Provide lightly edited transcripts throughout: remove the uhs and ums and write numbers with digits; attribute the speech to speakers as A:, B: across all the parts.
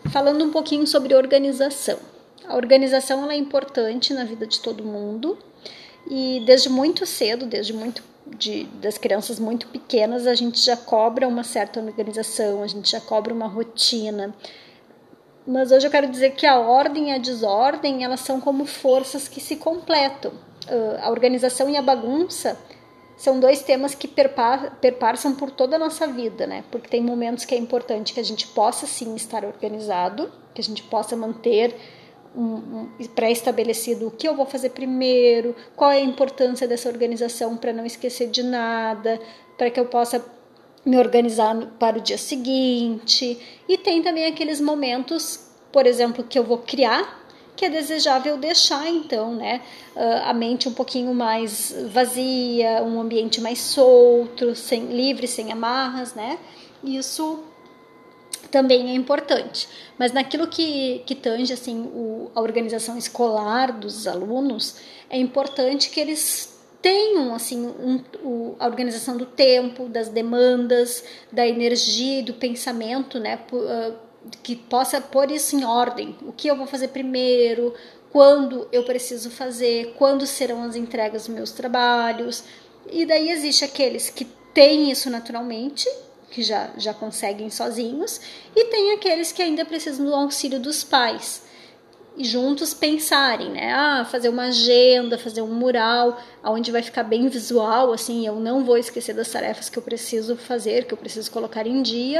A: falando um pouquinho sobre organização. A organização ela é importante na vida de todo mundo e desde muito cedo, das crianças muito pequenas, a gente já cobra uma certa organização, a gente já cobra uma rotina. Mas hoje eu quero dizer que a ordem e a desordem, elas são como forças que se completam. A organização e a bagunça são dois temas que perpassam por toda a nossa vida, né? Porque tem momentos que é importante que a gente possa sim estar organizado, que a gente possa manter pré-estabelecido o que eu vou fazer primeiro, qual é a importância dessa organização para não esquecer de nada, para que eu possa me organizar para o dia seguinte. E tem também aqueles momentos, por exemplo, que eu vou criar, que é desejável deixar, então, né, a mente um pouquinho mais vazia, um ambiente mais solto, livre, sem amarras, né? Isso também é importante. Mas naquilo que tange assim, a organização escolar dos alunos, é importante que eles tenham assim, a organização do tempo, das demandas, da energia e do pensamento, né? Que possa pôr isso em ordem. O que eu vou fazer primeiro, quando eu preciso fazer, quando serão as entregas dos meus trabalhos. E daí existe aqueles que têm isso naturalmente, que já conseguem sozinhos, e tem aqueles que ainda precisam do auxílio dos pais. E juntos pensarem, né? Fazer uma agenda, fazer um mural, onde vai ficar bem visual, assim, eu não vou esquecer das tarefas que eu preciso fazer, que eu preciso colocar em dia.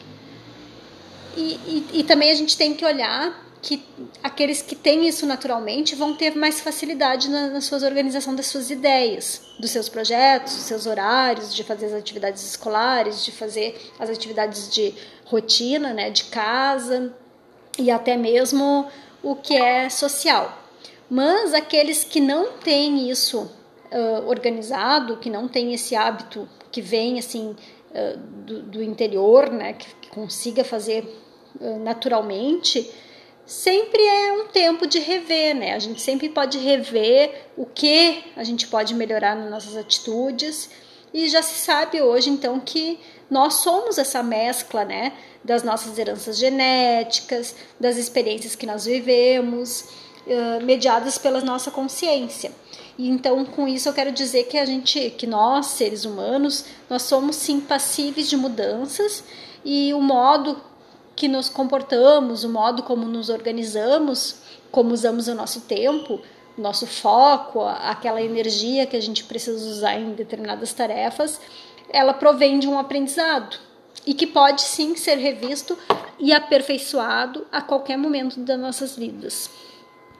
A: E também a gente tem que olhar que aqueles que têm isso naturalmente vão ter mais facilidade na sua organização das suas ideias, dos seus projetos, dos seus horários, de fazer as atividades escolares, de fazer as atividades de rotina, né, de casa e até mesmo o que é social. Mas aqueles que não têm isso organizado, que não têm esse hábito que vem assim do interior, né, que consiga fazer naturalmente, sempre é um tempo de rever, né? A gente sempre pode rever o que a gente pode melhorar nas nossas atitudes, e já se sabe hoje, então, que nós somos essa mescla, né? Das nossas heranças genéticas, das experiências que nós vivemos, mediadas pela nossa consciência. E então, com isso, eu quero dizer que nós, seres humanos, nós somos sim passíveis de mudanças, e o modo que nos comportamos, o modo como nos organizamos, como usamos o nosso tempo, o nosso foco, aquela energia que a gente precisa usar em determinadas tarefas, ela provém de um aprendizado e que pode sim ser revisto e aperfeiçoado a qualquer momento das nossas vidas.